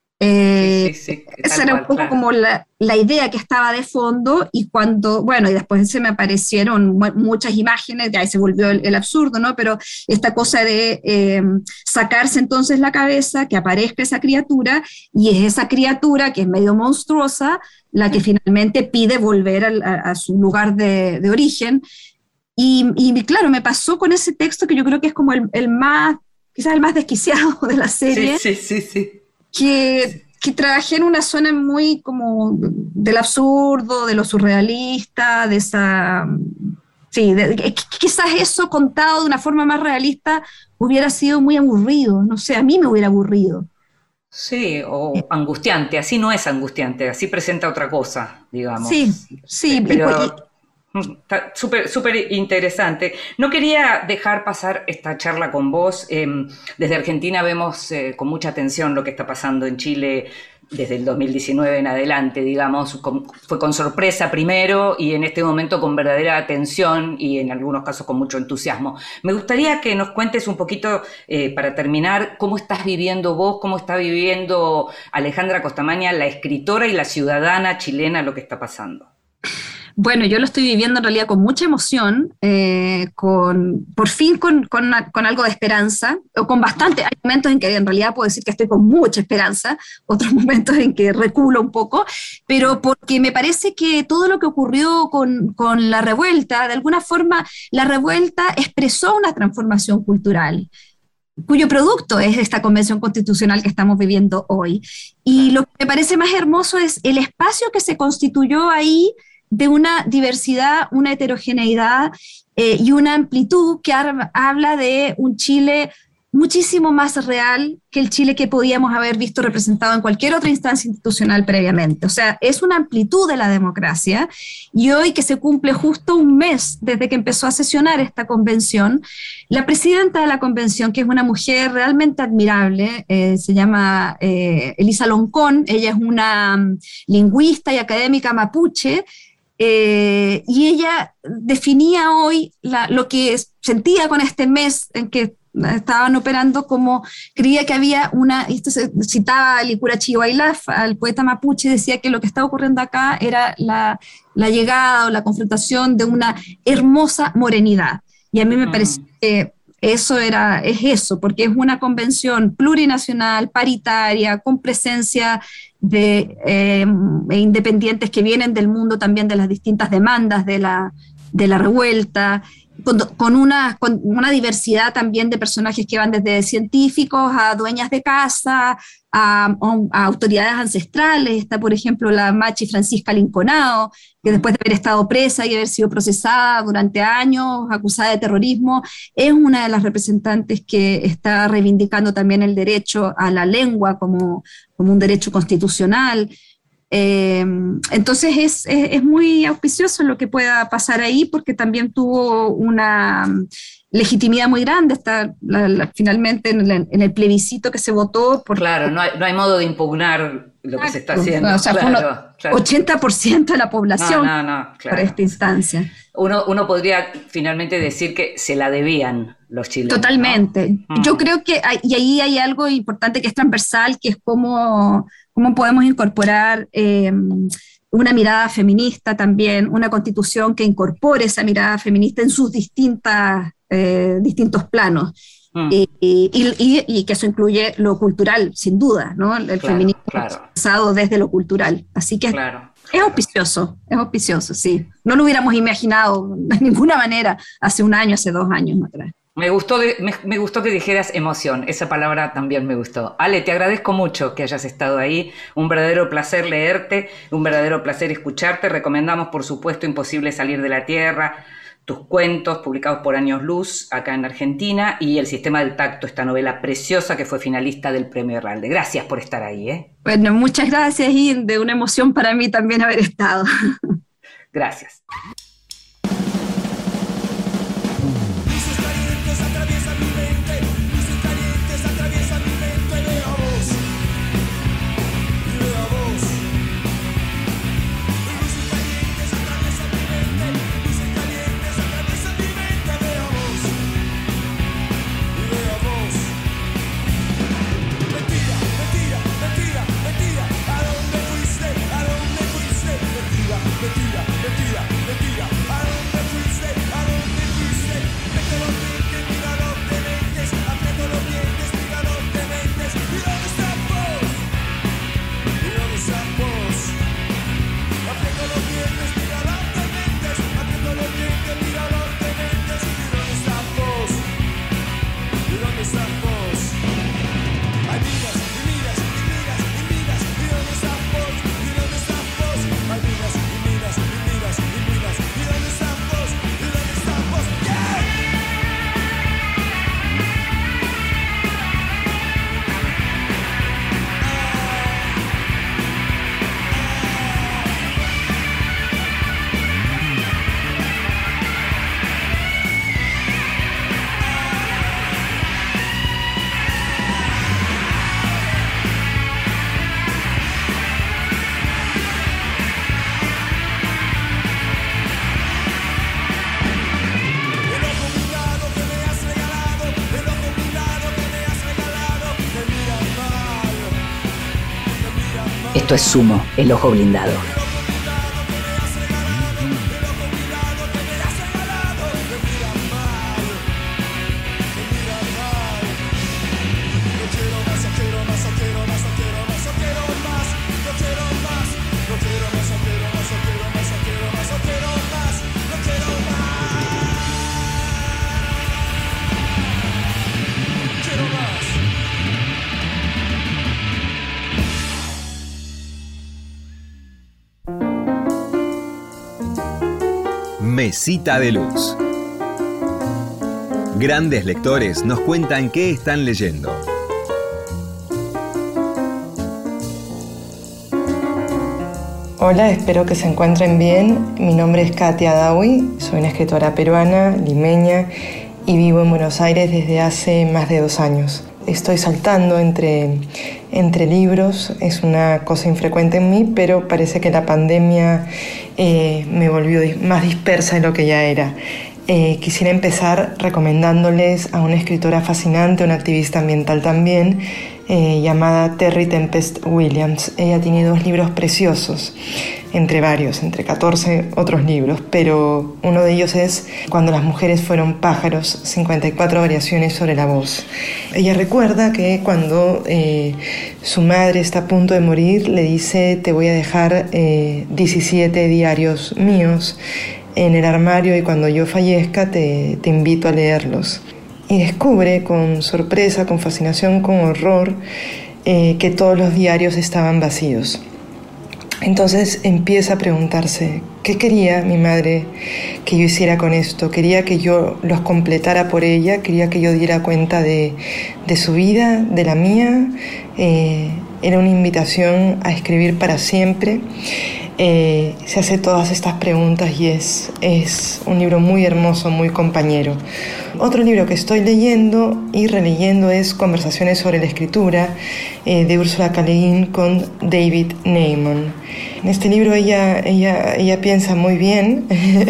Eh, sí, sí, sí, esa era cual, un poco claro. como la, la idea que estaba de fondo, y cuando, bueno, y después se me aparecieron muchas imágenes, ya se volvió el, el absurdo, ¿no? Pero esta cosa de eh, sacarse entonces la cabeza, que aparezca esa criatura, y es esa criatura que es medio monstruosa la que finalmente pide volver a, a, a su lugar de, de origen. Y, y claro, me pasó con ese texto que yo creo que es como el, el más, quizás el más desquiciado de la serie. Sí, sí, sí, sí. Que, que trabajé en una zona muy como del absurdo, de lo surrealista, de esa... Sí, de, de, quizás eso contado de una forma más realista hubiera sido muy aburrido, no sé, a mí me hubiera aburrido. Sí, o angustiante, así no es angustiante, así presenta otra cosa, digamos. Sí, sí, pero... Está súper súper interesante. No quería dejar pasar esta charla con vos. Eh, desde Argentina vemos eh, con mucha atención lo que está pasando en Chile desde el dos mil diecinueve en adelante, digamos. Con, fue con sorpresa primero y en este momento con verdadera atención y en algunos casos con mucho entusiasmo. Me gustaría que nos cuentes un poquito, eh, para terminar, cómo estás viviendo vos, cómo está viviendo Alejandra Costamaña, la escritora y la ciudadana chilena, lo que está pasando. Bueno, yo lo estoy viviendo en realidad con mucha emoción, eh, con, por fin con, con, con algo de esperanza, o con bastante. Hay momentos en que en realidad puedo decir que estoy con mucha esperanza, otros momentos en que reculo un poco, pero porque me parece que todo lo que ocurrió con, con la revuelta, de alguna forma la revuelta expresó una transformación cultural, cuyo producto es esta convención constitucional que estamos viviendo hoy. Y lo que me parece más hermoso es el espacio que se constituyó ahí, de una diversidad, una heterogeneidad eh, y una amplitud que ar- habla de un Chile muchísimo más real que el Chile que podíamos haber visto representado en cualquier otra instancia institucional previamente. O sea, es una amplitud de la democracia, y hoy que se cumple justo un mes desde que empezó a sesionar esta convención, la presidenta de la convención, que es una mujer realmente admirable, eh, se llama eh, Elisa Loncón, ella es una um, lingüista y académica mapuche, Eh, y ella definía hoy la, lo que sentía con este mes en que estaban operando, como creía que había una, y esto se citaba a Licurachi Huaylaf, al poeta mapuche, decía que lo que estaba ocurriendo acá era la, la llegada o la confrontación de una hermosa morenidad, y a mí me mm. parece que eso era, es eso, porque es una convención plurinacional, paritaria, con presencia de eh, independientes que vienen del mundo también, de las distintas demandas de la, de la revuelta, con, con, una, con una diversidad también de personajes que van desde científicos a dueñas de casa, a, a autoridades ancestrales. Está, por ejemplo, la machi Francisca Linconao, que después de haber estado presa y haber sido procesada durante años, acusada de terrorismo, es una de las representantes que está reivindicando también el derecho a la lengua como, como un derecho constitucional. Eh, entonces es, es, es muy auspicioso lo que pueda pasar ahí, porque también tuvo una legitimidad muy grande hasta la, la, finalmente en el, en el plebiscito que se votó. Por, claro, no hay, no hay modo de impugnar lo que se está haciendo. O sea, claro, fue uno, claro. ochenta por ciento de la población no, no, no, claro. por esta instancia. Uno, uno podría finalmente decir que se la debían los chilenos. Totalmente. ¿No? Yo mm. creo que, hay, y ahí hay algo importante que es transversal, que es cómo, cómo podemos incorporar eh, una mirada feminista también, una constitución que incorpore esa mirada feminista en sus distintas, eh, distintos planos. Mm. Y, y, y, y que eso incluye lo cultural, sin duda, ¿no? El claro, feminismo claro. pensado desde lo cultural. Así que claro, es claro. auspicioso, es auspicioso, sí. No lo hubiéramos imaginado de ninguna manera hace un año, hace dos años atrás. Me gustó, de, me, me gustó que dijeras emoción, esa palabra también me gustó. Ale, te agradezco mucho que hayas estado ahí, un verdadero placer leerte, un verdadero placer escucharte. Recomendamos, por supuesto, Imposible salir de la Tierra, tus cuentos publicados por Años Luz acá en Argentina, y El Sistema del Tacto, esta novela preciosa que fue finalista del Premio Herralde. Gracias por estar ahí, ¿eh? Bueno, muchas gracias, y de una emoción para mí también haber estado. Gracias. Esto es Sumo, El Ojo Blindado. Mesita de Luz. Grandes lectores nos cuentan qué están leyendo. Hola, espero que se encuentren bien. Mi nombre es Katia Dawi, soy una escritora peruana, limeña, y vivo en Buenos Aires desde hace más de dos años. Estoy saltando entre, entre libros, es una cosa infrecuente en mí, pero parece que la pandemia eh, me volvió más dispersa de lo que ya era. Eh, quisiera empezar recomendándoles a una escritora fascinante, una activista ambiental también, eh, llamada Terry Tempest Williams. Ella tiene dos libros preciosos, entre varios, entre catorce otros libros, pero uno de ellos es Cuando las mujeres fueron pájaros, cincuenta y cuatro variaciones sobre la voz. Ella recuerda que cuando eh, su madre está a punto de morir, le dice: te voy a dejar eh, diecisiete diarios míos en el armario y cuando yo fallezca te, te invito a leerlos. Y descubre con sorpresa, con fascinación, con horror, eh, que todos los diarios estaban vacíos. Entonces empieza a preguntarse, ¿qué quería mi madre que yo hiciera con esto? ¿Quería que yo los completara por ella? ¿Quería que yo diera cuenta de, de su vida, de la mía? Eh, era una invitación a escribir para siempre. Eh, se hace todas estas preguntas y es, es un libro muy hermoso, muy compañero. Otro libro que estoy leyendo y releyendo es Conversaciones sobre la escritura, eh, de Úrsula K. Le Guin con David Naimon. En este libro ella, ella, ella piensa muy bien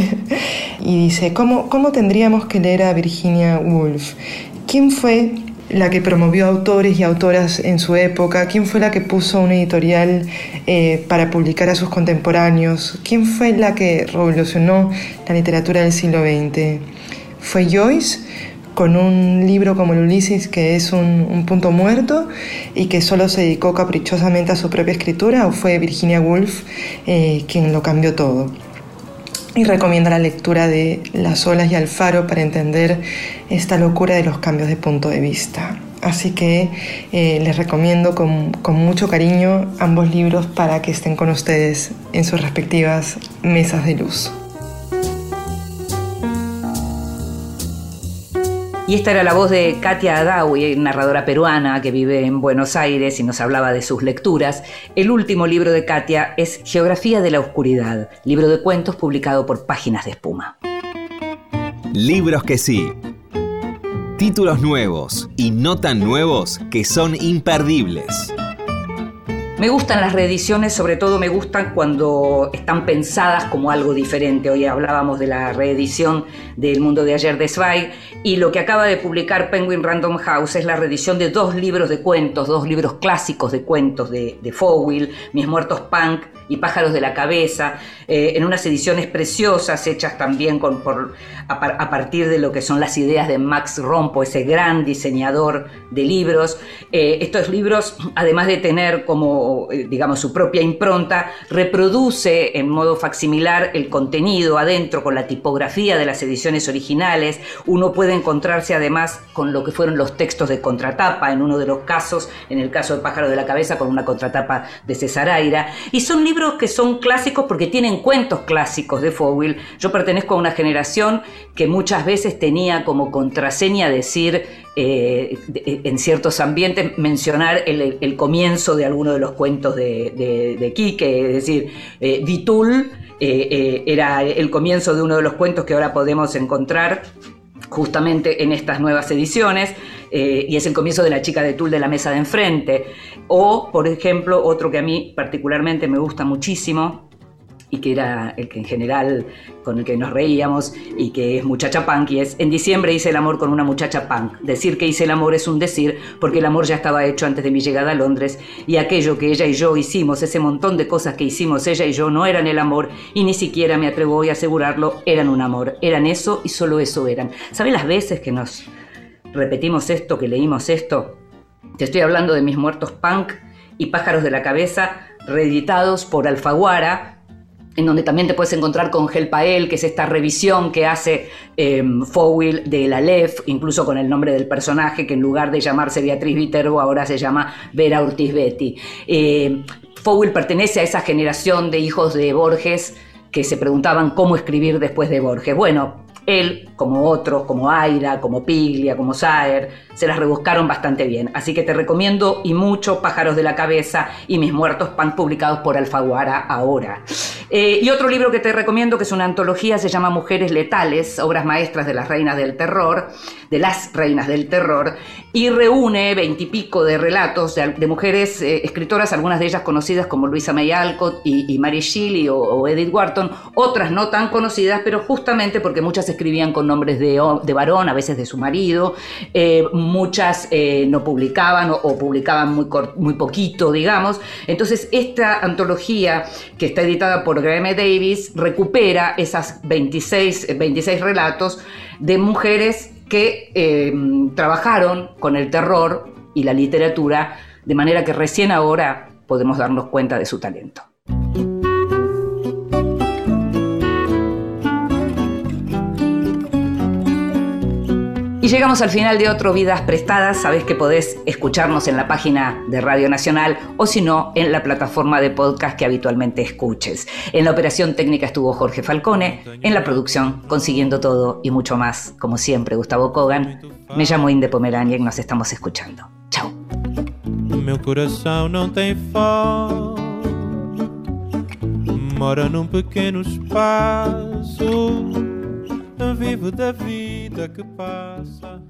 y dice, ¿cómo, ¿cómo tendríamos que leer a Virginia Woolf? ¿Quién fue la que promovió autores y autoras en su época? ¿Quién fue la que puso una editorial eh, para publicar a sus contemporáneos? ¿Quién fue la que revolucionó la literatura del siglo veinte? ¿Fue Joyce, con un libro como el Ulises, que es un, un punto muerto y que solo se dedicó caprichosamente a su propia escritura? ¿O fue Virginia Woolf eh, quien lo cambió todo? y recomienda la lectura de Las olas y Alfaro para entender esta locura de los cambios de punto de vista. Así que eh, les recomiendo con, con mucho cariño ambos libros para que estén con ustedes en sus respectivas mesas de luz. Y esta era la voz de Katia Adawi, narradora peruana que vive en Buenos Aires y nos hablaba de sus lecturas. El último libro de Katia es Geografía de la Oscuridad, libro de cuentos publicado por Páginas de Espuma. Libros que sí. Títulos nuevos y no tan nuevos que son imperdibles. Me gustan las reediciones, sobre todo me gustan cuando están pensadas como algo diferente. Hoy hablábamos de la reedición del Mundo de Ayer de Zweig, y lo que acaba de publicar Penguin Random House es la reedición de dos libros de cuentos, dos libros clásicos de cuentos de, de Fowl, Mis muertos punk y Pájaros de la cabeza, eh, en unas ediciones preciosas hechas también con, por, a, a partir de lo que son las ideas de Max Rompo, ese gran diseñador de libros. Eh, estos libros, además de tener como, eh, digamos, su propia impronta, reproduce en modo facsimilar el contenido adentro con la tipografía de las ediciones originales. Uno puede encontrarse además con lo que fueron los textos de contratapa, en uno de los casos, en el caso de Pájaro de la cabeza, con una contratapa de César Aira, y son libros que son clásicos porque tienen cuentos clásicos de Fowl. Yo pertenezco a una generación que muchas veces tenía como contraseña decir, eh, de, en ciertos ambientes, mencionar el, el comienzo de alguno de los cuentos de, de, de Quique, es decir, eh, Vitul eh, eh, era el comienzo de uno de los cuentos que ahora podemos encontrar justamente en estas nuevas ediciones, eh, y es el comienzo de La chica de tul de la mesa de enfrente. O, por ejemplo, otro que a mí particularmente me gusta muchísimo, y que era el que en general con el que nos reíamos, y que es Muchacha Punk, y es: en diciembre hice el amor con una muchacha punk. Decir que hice el amor es un decir, porque el amor ya estaba hecho antes de mi llegada a Londres, y aquello que ella y yo hicimos, ese montón de cosas que hicimos ella y yo, no eran el amor, y ni siquiera, me atrevo hoy a asegurarlo, eran un amor. Eran eso y solo eso eran. ¿Saben las veces que nos repetimos esto, que leímos esto? Te estoy hablando de Mis muertos punk y Pájaros de la cabeza, reeditados por Alfaguara, en donde también te puedes encontrar con Gelpael, que es esta revisión que hace eh, Fowl de la Aleph, incluso con el nombre del personaje, que en lugar de llamarse Beatriz Viterbo, ahora se llama Vera Ortiz Betty. Eh, Fowl pertenece a esa generación de hijos de Borges que se preguntaban cómo escribir después de Borges. Bueno, él, como otros, como Aira, como Piglia, como Saer, se las rebuscaron bastante bien. Así que te recomiendo y mucho Pájaros de la cabeza y Mis muertos punk, publicados por Alfaguara ahora. Eh, y otro libro que te recomiendo, que es una antología, se llama Mujeres letales, obras maestras de las reinas del terror, de las reinas del terror, y reúne veintipico de relatos de, de mujeres eh, escritoras, algunas de ellas conocidas como Louisa May Alcott y, y Mary Shelley o, o Edith Wharton, otras no tan conocidas, pero justamente porque muchas escribían con nombres de, de varón, a veces de su marido, eh, muchas eh, no publicaban o, o publicaban muy, muy poquito, digamos. Entonces esta antología, que está editada por Graeme Davis, recupera esas veintiséis, veintiséis relatos de mujeres que eh, trabajaron con el terror y la literatura, de manera que recién ahora podemos darnos cuenta de su talento. Y llegamos al final de otro Vidas Prestadas. Sabés que podés escucharnos en la página de Radio Nacional, o si no, en la plataforma de podcast que habitualmente escuches. En la operación técnica estuvo Jorge Falcone, en la producción, consiguiendo todo y mucho más, como siempre, Gustavo Kogan. Me llamo Inde Pomerania y nos estamos escuchando. Chao. Meu coração não tem fome, mora num pequeno espaço, vivo da vida que passa.